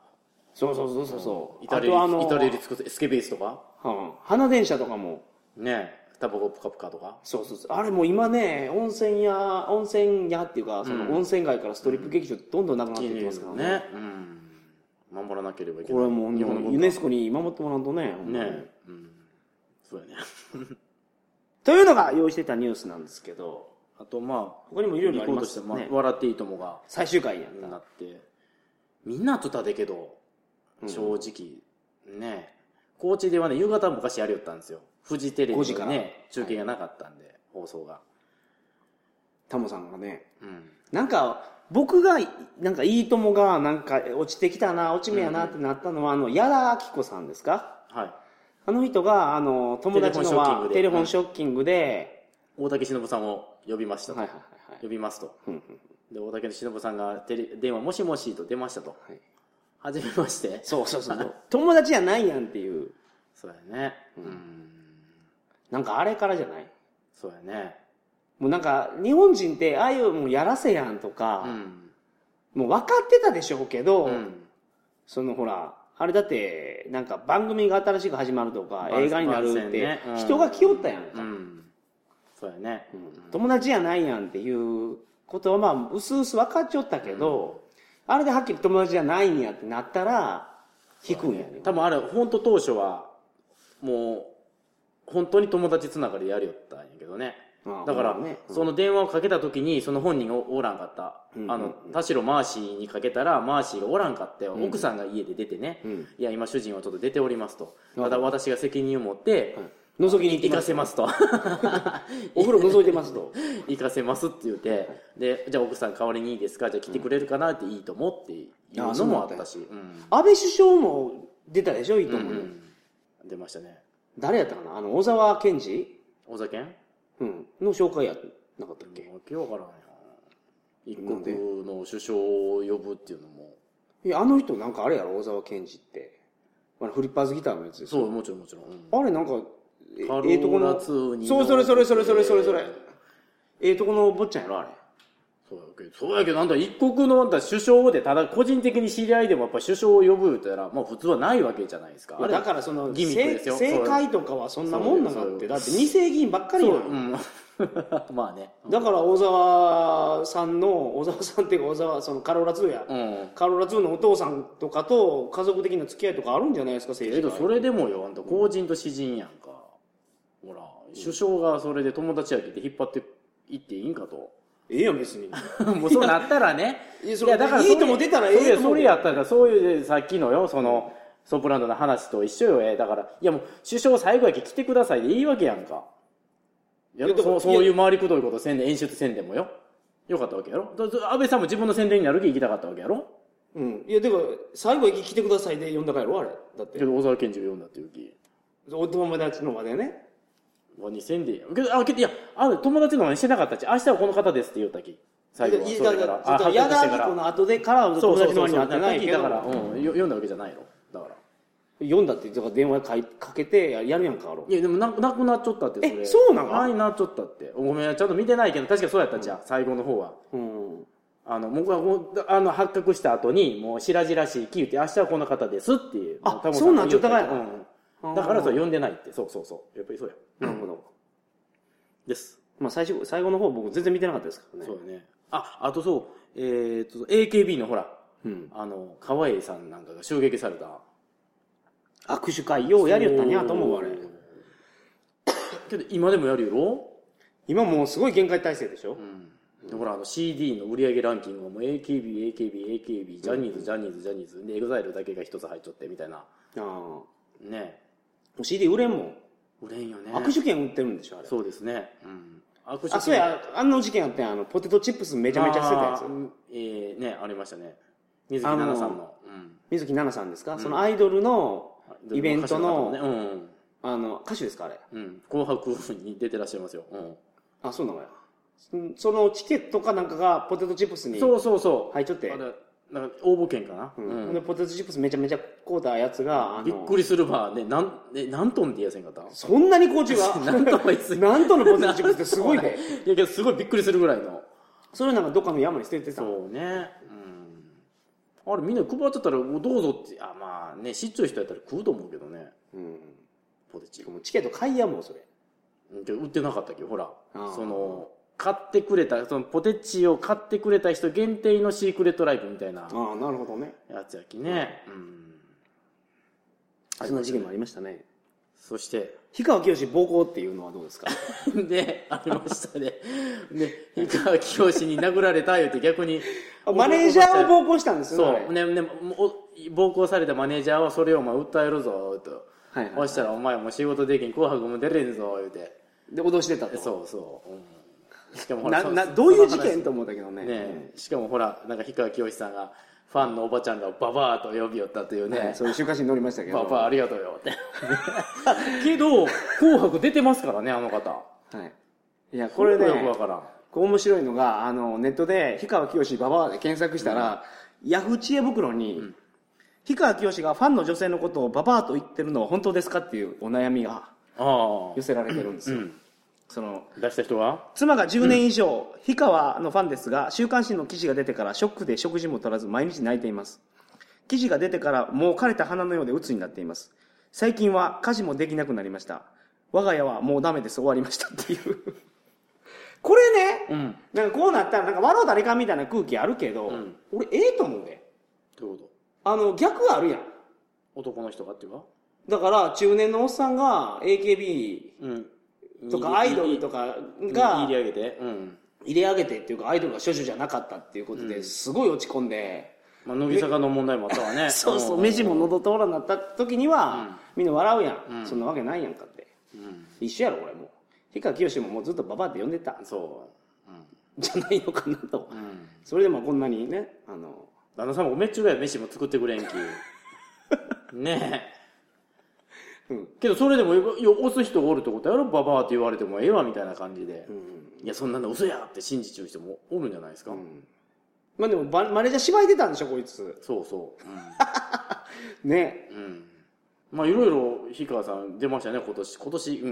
そうそうそうそうそう、 イタレリイタレリ作ってスケベースとか、 うん、花電車とかもね、タバコプカプカとか、 そうそうそう、あれもう今ね、温泉屋温泉屋っていうか、その温泉街からストリップ劇場どんどんなくなっていってますからね、 ね、うん、守らなければいけない。 これもう日本のユネスコに守ってもらうとね、 ね、うん、そうやねというのが用意してたニュースなんですけど、 あとまあ他にもいろいろありますね、まあ、笑っていいともが最終回やったなって、みんなとったでけど、正直、うん、ね、高知ではね、夕方昔やりよったんですよ。フジテレビでね、中継がなかったんで、はい、放送が。 タモさんがね、 うん、 なんか、僕が、なんか、いいともが、なんか、落ちてきたな、落ち目やなってなったのは、うん、あの、矢田亜希子さんですか？ はい。 あの人が、あの、友達のは、テレフォンショッキングで、 大竹しのぶさんを呼びましたと。 はいはいはいはい、 呼びますと。で、大竹しのぶさんがテレ電話もしもしと出ましたと。はい、はじめまして。 そうそうそう。友達じゃないやんっていう。 そうやね。 うん。なんかあれからじゃない？ そうやね。 もうなんか、日本人って、ああいうもうやらせやんとか、うん、もう分かってたでしょうけど、うん、そのほら、あれだって、なんか番組が新しく始まるとか、映画になるって、人が来よったやんか。うん、 そうやね、 うん。友達やないやんっていうことは、まあ、うすうす分かっちゃったけど、うん、あれではっきり友達じゃないんやってなったら、引くんやね。 多分あれ、本当当初は、もう、本当に友達つながりでやりよったんやけどね。だから、ね、うん、その電話をかけた時にその本人がおらんかった、うんうんうん、あの田代マーシーにかけたらマーシーがおらんかって、うん、奥さんが家で出てね、うん、いや今主人はちょっと出ておりますと、ただ私が責任を持って、 うん、覗きに行かせますとお風呂覗いてますと行かせますって言って、でじゃあ奥さん代わりにいいですか、じゃあ来てくれるかなっていいと思っていうのもあったし、うん、 安倍首相も出たでしょ、いいと思う、うんうん、出ましたね。 誰やったかな、あの小沢健二小沢健うん、の紹介やなかったっけ？ わけわからんよ。一国の首相を呼ぶっていうのも。 いや、あの人なんかあれやろ、小沢健二って。あのフリッパーズギターのやつですよ。そう、もちろんもちろん。 うん、あれなんか、 ええとこの。そうそれそれそれそれそれそれ。ええとこのお坊ちゃんやろ、あれ。 そうやけど、そうやけど、なんだ、一国の首相で、ただ個人的に知り合いでもやっぱ首相を呼ぶって言ったら、まあ普通はないわけじゃないですか。 だからその、ギミックですよ。政界とかはそんなもんなのって。だって二世議員ばっかりやん。うん、 まあね。 だから小沢さんの、小沢さんっていうか小沢、そのカローラツーや。うん、カローラツーのお父さんとかと家族的な付き合いとかあるんじゃないですか、 政治家。けどそれでもよ、あんた公人と私人やんか。ほら、首相がそれで友達やけて引っ張っていっていいんかと。 ええやん別に。 もうそうなったらね。 いや、それいやだからいいとも出たらええやん。それやったら、そういうさっきのよ、その、ソプラノの話と一緒よ、え。だから、いやもう、首相最後やけ来てくださいでいいわけやんか。やろそそういう回りくどいことせんで、演出せんでもよ。よかったわけやろ。安倍さんも自分の宣伝になる気行きたかったわけやろ。 うん。いや、でも、最後来てくださいで呼んだかやろ、あれ。だって。 けど、小沢健二を呼んだっていう気。 お友達の場でね。 にせんでいいや。けど、あ、けど、いや、あの、友達の場にしてなかったっち。明日はこの方ですって言ったき。最後はそれから。 あ、矢田亜希子の後でから友達の場になってないけど。 だから、うん、読んだわけじゃないの。だから。 読んだって、だから電話かけてやるやんか、あろ。 いや、でもな、なくなっちゃったって、それ。え、そうなの？ はい、なっちゃったって。ごめん、ちゃんと見てないけど、確かそうやったじゃん、最後の方は。うん。あの、僕はもう、あの、発覚した後に、もう、白々しい聞いて、明日はこの方ですっていう。 あ、そうなんちょっとだから。 うん。だからそれ読んでないって。そうそうそう。やっぱりそうや。 なるほど。 です。 まあ、最初、最後の方僕全然見てなかったですからね。 そうだね。あ、あとそう、えー、っと、エーケービー のほら、うん、あの、川栄さんなんかが襲撃された。 握手会、ようやりよったんやと思う、あれ。 けど、今でもやるよろ？ 今もうすごい限界体制でしょ？ うん。で、ほら、あの シーディー の売り上げランキングももう エーケービー、エーケービー、エーケービー、ジャニーズ、ジャニーズ、ジャニーズ、で、エグザイルだけが一つ入っちゃって、みたいな。ああ。ね。 シーディー 売れんもん。 売れんよね。 握手券売ってるんでしょ、あれ。 そうですね。うん。 握手券。あ、そうや、あの事件あって、あの、ポテトチップスめちゃめちゃ捨てたやつ。 ええー、ね、ありましたね。水木奈々さんの。 うん、水木奈々さんですか、うん、そのアイドルのイベントの、ね、うん、あの、歌手ですか、あれ。 うん。紅白に出てらっしゃいますよ。うん。 あ、そうなのよ。そのチケットかなんかがポテトチップスに。 そうそうそう。 入っちゃって。 なんか応募券かな。 うん。うん、で、ポテトチップスめちゃめちゃ買うたやつが、 あのびっくりするわ。ね、なん、ね、何トンって言いやせんかった？ そんなに高知が何トンは何トンのポテトチップスってすごいね。 いやけど、すごいびっくりするぐらいの。 それなんかどっかの山に捨ててた。 そうね。 あれみんな配っちゃったらどうぞって、あ、まあね、しっちょい人やったら食うと思うけどね。うん。 ポテチ。もうチケット買いやもん、それ。 売ってなかったっけほら。その、買ってくれた、そのポテチを買ってくれた人限定のシークレットライブみたいな。 ああ、なるほどね。 やつやきね。うん。 そんな事件もありましたね。 そして、 氷川きよし暴行っていうのはどうですか？ で、ありましたね。で、氷川きよしに殴られた言うて逆に。 マネージャーを暴行したんですよね。そう。ね、ね、暴行されたマネージャーはそれをお前訴えるぞ、と。はいはいはい、そしたらお前も仕事できん、紅白も出れんぞ、言うて。 で、脅してたと。 そうそう。うん、しかもほらなな、どういう事件と思ったけどね。 ね、しかもほら、なんか氷川きよしさんが、ファンのおばちゃんらをババアと呼びよったというね。はい、 そういう週刊誌に載りましたけど。 ババアありがとうよって。けど、紅白出てますからね、あの方。はい。 いや、これね、 よくわからん。 こう面白いのが、あの、ネットで、氷川きよしババアで検索したら、うん、ヤフー知恵袋に、うん、氷川きよしがファンの女性のことをババアと言ってるのは本当ですかっていうお悩みが寄せられてるんですよ。うん、その出した人は妻がじゅうねん以上、うん、氷川のファンですが、週刊誌の記事が出てからショックで食事も取らず毎日泣いています。記事が出てからもう枯れた花のようで鬱になっています。最近は家事もできなくなりました。我が家はもうダメです、終わりましたっていう。これね、うん、なんかこうなったらなんか笑うたらいかんみたいな空気あるけど、うん、俺ええと思うで。 どういうこと？ あの、逆あるやん。 男の人がっていうか？ だから、中年のおっさんが エーケービー とかアイドルとかが、 入れ上げて、うん、 入れ上げてっていうか、アイドルが処女じゃなかったっていうことで、すごい落ち込んで、 まあ、乃木坂の問題もあったわね。 そうそう、飯も喉通らになった時には、みんな笑うやん。そんなわけないやんかって。一緒やろ、俺も。氷川きよしももうずっとババアって呼んでた。 そう。 じゃないのかなと。それでもこんなにね、あの、 旦那さんもめっちゃぐらい飯も作ってくれんき。ねえ。うん。けどそれでも、押す人がおるってことやろ？ババアって言われてもええわみたいな感じで。うん、いや、そんなの嘘やって信じちゃう人もおるんじゃないですか。うん、 まあでも、マネージャー芝居出たんでしょ、こいつ。 そうそう。 うん、ねえ。 うん。まあいろいろ氷川さん出ましたね、今年。今年、うん、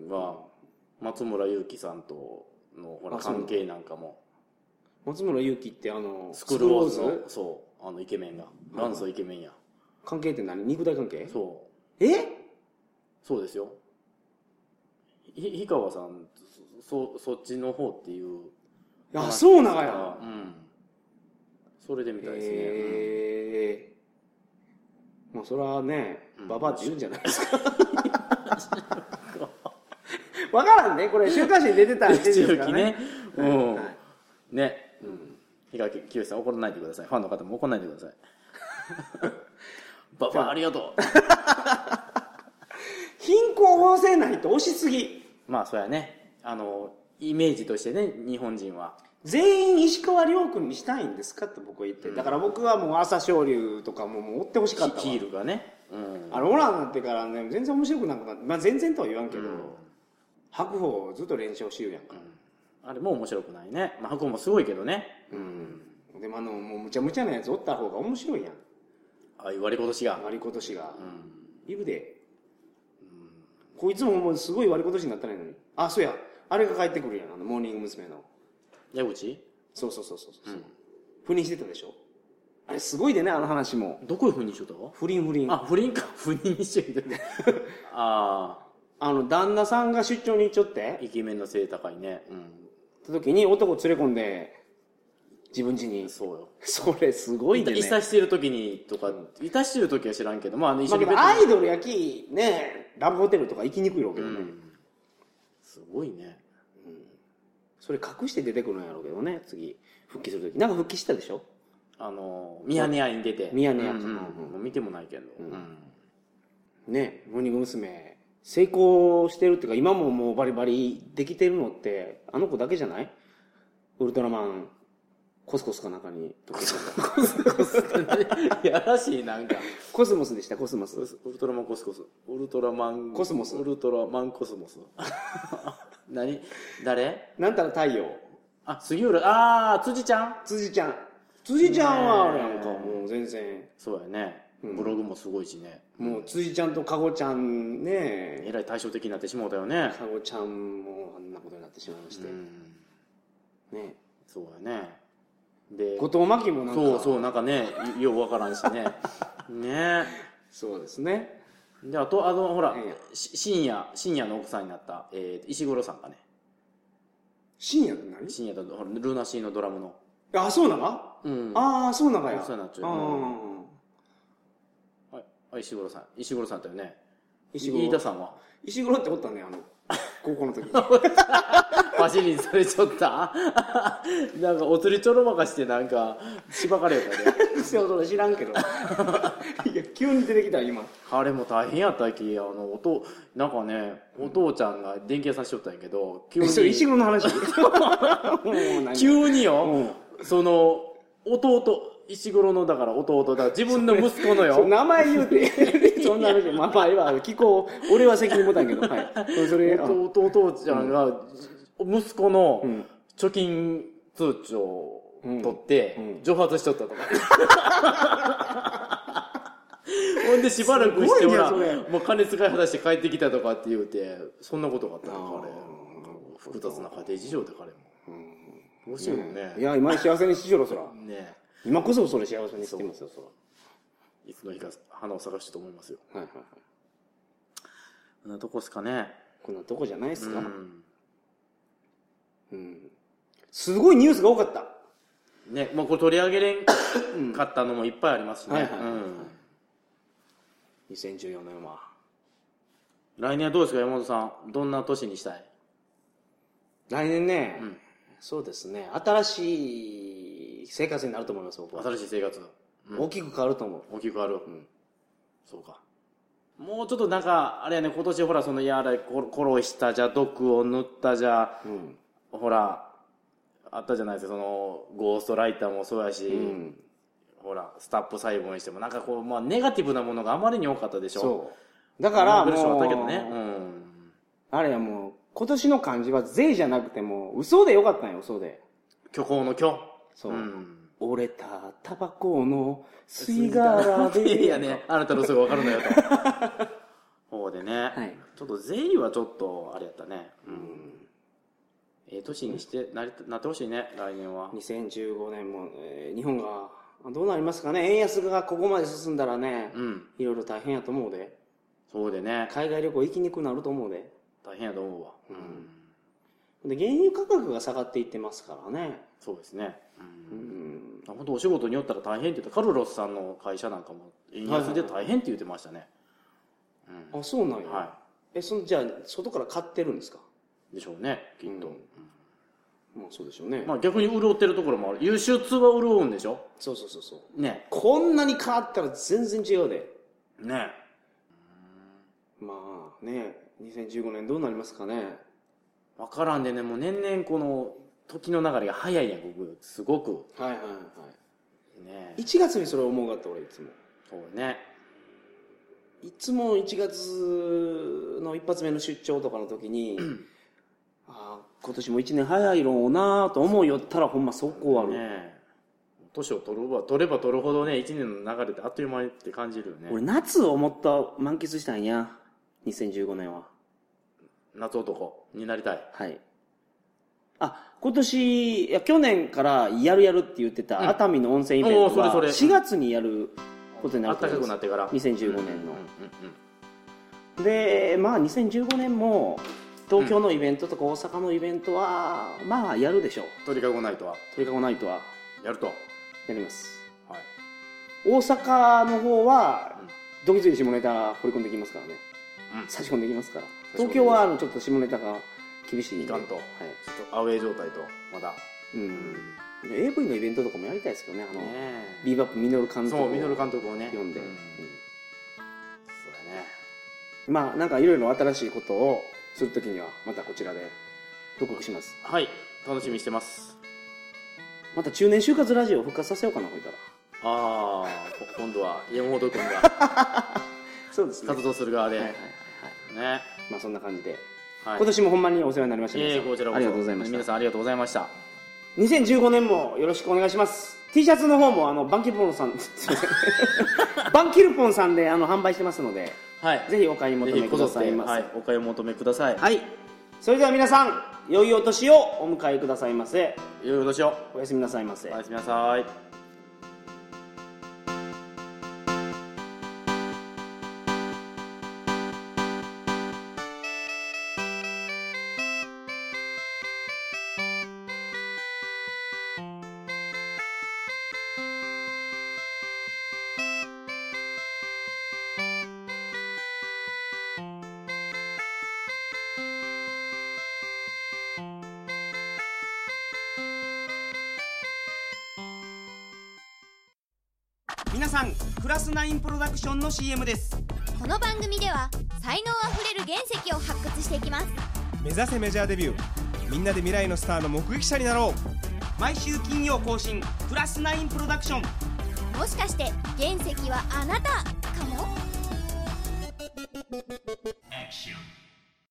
は、松村雄基さんとのほら関係なんかも。 松村雄基ってあの、 スクールウォーズの、そう、あのイケメンが。元祖イケメンや。 関係って何？肉体関係？ そう。 え？ そうですよ。ひ、氷川さん、そ、そっちの方っていう。 あ、そうなんや。 うん。それでみたいですね。 へえー。もうそれはね、ババアって言うんじゃないですか。わからんね。これ、週刊誌に出てたら出てるからね。 うん。ね。うん。氷川きよしさん怒らないでください。ファンの方も怒らないでください。ババアありがとう。 貧困法制ないと押しすぎ。 まあ、そうやね。あの、イメージとしてね、日本人は。 全員石川遼君にしたいんですかって僕は言って。うん、だから僕はもう朝青龍とかももう追ってほしかったわ。 キールがね。 うん。あの、オラになってからね、全然面白くなくなって、まあ全然とは言わんけど、うん、白鵬ずっと連勝しようやんか。 うん、あれも面白くないね。まあ、白鵬もすごいけどね。 うん。でもあの、もうむちゃむちゃなやつおった方が面白いやん。 ああいう割り子しが。 割り子しが。うん。いるで。うん。こいつももうすごい割り子しになったらいいのに。あ、そうや。あれが帰ってくるやん。あの、モーニング娘。の。 矢口？ そうそうそうそう。うん、不倫してたでしょ。あれすごいでね、あの話も。 どこへ不倫しようと？ 不倫不倫。 あ、不倫か。不倫しようと。ああ。あの、旦那さんが出張に行っちょって。 イケメンの背高いね。うん。 った時に男連れ込んで、自分家に。 そうよ。 それすごいね。 いたしてる時にとか、いたしてる時は知らんけど、まあ、あの一緒に。まあ、アイドル焼き、ね、ラブホテルとか行きにくいろうけどね。うん、 すごいね。 うん。それ隠して出てくるんやろうけどね、次。復帰する時。なんか復帰したでしょ？ あの、ミヤネ屋に出て。 ミヤネ屋。 もう見てもないけど。うんうん、ね、モーニング娘。成功してるっていうか、今ももうバリバリできてるのって、あの子だけじゃない？ウルトラマン、コスコスかなんかに溶けてた。 コスコスやらしい、なんか。 コスモスでした、コスモス。 ウルトラマンコスコス。ウルトラマン、 コスモス。 ウルトラマンコスモス。何？誰？ なんたら太陽。 あ、杉浦、あー、辻ちゃん？ 辻ちゃん。辻ちゃんはあれやんか、もう全然。 そうやね。ブログもすごいしね。 もう辻ちゃんとかごちゃんね。 えらい対照的になってしまうたよね。 かごちゃんもあんなことになってしまいまして。ね。 そうやね。 で後藤真希もなんかそうそうなんかねようわからんしねねそうですね。 であとあのほら、 ええ、 深夜深夜の奥さんになった、えー、石黒さんがね深夜って何？ 深夜とほらルナシーのドラムのあそうなの？うん、ああそうなのや。 奥さんになっちゃう。ああ石黒さん石黒さんだよね。石黒飯田さんは石黒っておったねあの高校の時に走りにされちゃったなんかお釣りちょろまかしてなんかしばかれたねそうそれ知らんけどいや急に出てきた今。 あれも大変やったっけあのおとなんかねお父ちゃんが電気屋さんしよったんやけど急にそれ石黒の話急によ、うん、その弟石黒のだから弟だから自分の息子のよ名前言うてそんな話まあまあ今聞こう俺は責任持たんけど、はい、それ弟ちゃんが息子の貯金通帳を取って蒸発しとったとか、うんうん、ほんでしばらくしてほらもう金使い果たして帰ってきたとかって言うてそんなことがあったの彼複雑な家庭事情で彼も、うん、どうしようね、 いや今幸せにしろそらね今こそそれ幸せにしてますよそらいつの日か花を探してと思いますよ。 はいはいはい。 こんなとこっすかね。 こんなとこじゃないっすか。うん。 うん、 すごいニュースが多かった。 ね、まあこれ取り上げれんかったのもいっぱいありますしね。はいはいはいはい、うん。 にせんじゅうよねんは。 来年はどうですか山本さん。どんな年にしたい？ 来年ね、うん、そうですね。新しい生活になると思います僕は。 新しい生活。 うん、大きく変わると思う。 大きく変わる。うん。そうか。もうちょっとなんか、あれやね、今年ほら、その、やら、殺したじゃ、毒を塗ったじゃ、うん、ほら、あったじゃないですか、その、ゴーストライターもそうやし、うん、ほら、スタップ細胞にしても、なんかこう、まあ、ネガティブなものがあまりに多かったでしょ。そう。 だから、もう、 あったけどね。うん。 あれやもう、今年の漢字は税じゃなくても、嘘でよかったんよ、嘘で。 虚構の虚。 そう。うん折れたタバコの吸い殻でいやねあなたのすぐ分かるのよとそうでね、はい、ちょっと税理はちょっとあれやったねうんええー、年にしてなりなってほしいね来年はにせんじゅうごねんも、えー、日本がどうなりますかね円安がここまで進んだらね、うん、いろいろ大変やと思うでそうでね海外旅行行きにくくなると思うで大変やと思うわうんで原油価格が下がっていってますからねそうですねうん、うん本当お仕事によったら大変って言ったカルロスさんの会社なんかも円安で大変って言ってましたね、 うん、あそうなんや、はい、えそのじゃあ外から買ってるんですかでしょうねきっと、うん、 まあそうでしょうねまあ逆に潤ってるところもある優秀通は潤うんでしょそうそうそうそうねこんなに変わったら全然違うでねまあねにせんじゅうごねんどうなりますかね分からんでねもう年々この時の流れが早いやん僕すごくはいはいはいねいちがつにそれ思うかった俺いつもそうねいつもいちがつの一発目の出張とかの時にああ今年もいちねん早いろうなと思うよったらほんま速攻あるね年を取るば取れば取るほどねいちねんの流れってあっという間にって感じるよね俺夏をもっと満喫したんやにせんじゅうごねんは夏男になりたいはいあ今年いや去年からやるやるって言ってた熱海の温泉イベントはしがつにやることになると思います、 うん、暖かくなってからにせんじゅうごねんの、うんうんうん、でまあにせんじゅうごねんも東京のイベントとか大阪のイベントは、うん、まあやるでしょう鳥かごナイトは鳥かごナイトはやるとやります、はい、大阪の方は、うん、ドキドキ下ネタ掘り込んできますからね、うん、差し込んできますから東京はあのちょっと下ネタが厳しいいかんと、はい、ちょっとアウェー状態とまだうん、うん、エーブイ のイベントとかもやりたいですけどねあのねビーバップミノル監督そうミノル監督をね読んで、うんうん、 そうだねまあなんかいろいろ新しいことをするときにはまたこちらで報告しますはい楽しみにしてますまた中年就活ラジオを復活させようかなこいたらああ今度は山本君がそうですね活動する側で、 はいはいはいはい、 ねまあそんな感じではい、今年もほんまにお世話になりました、 えー、こちらこそありがとうございました皆さんありがとうございましたにせんじゅうごねんもよろしくお願いします T シャツの方もあのバンキルポンさんすいませんバンキルポンさんであの販売してますので、はい、ぜひお買い求めくださいませ、 はい、お買い求めくださいはいそれでは皆さん、良いお年をお迎えくださいませ。 良いお年を。 おやすみなさいませ。 おやすみなさい。 皆さん、クラスナインプロダクションの シーエム です。 この番組では才能あふれる原石を発掘していきます。 目指せメジャーデビュー、みんなで未来のスターの目撃者になろう。 毎週金曜更新、クラスナインプロダクション。 もしかして原石はあなたかも。 Action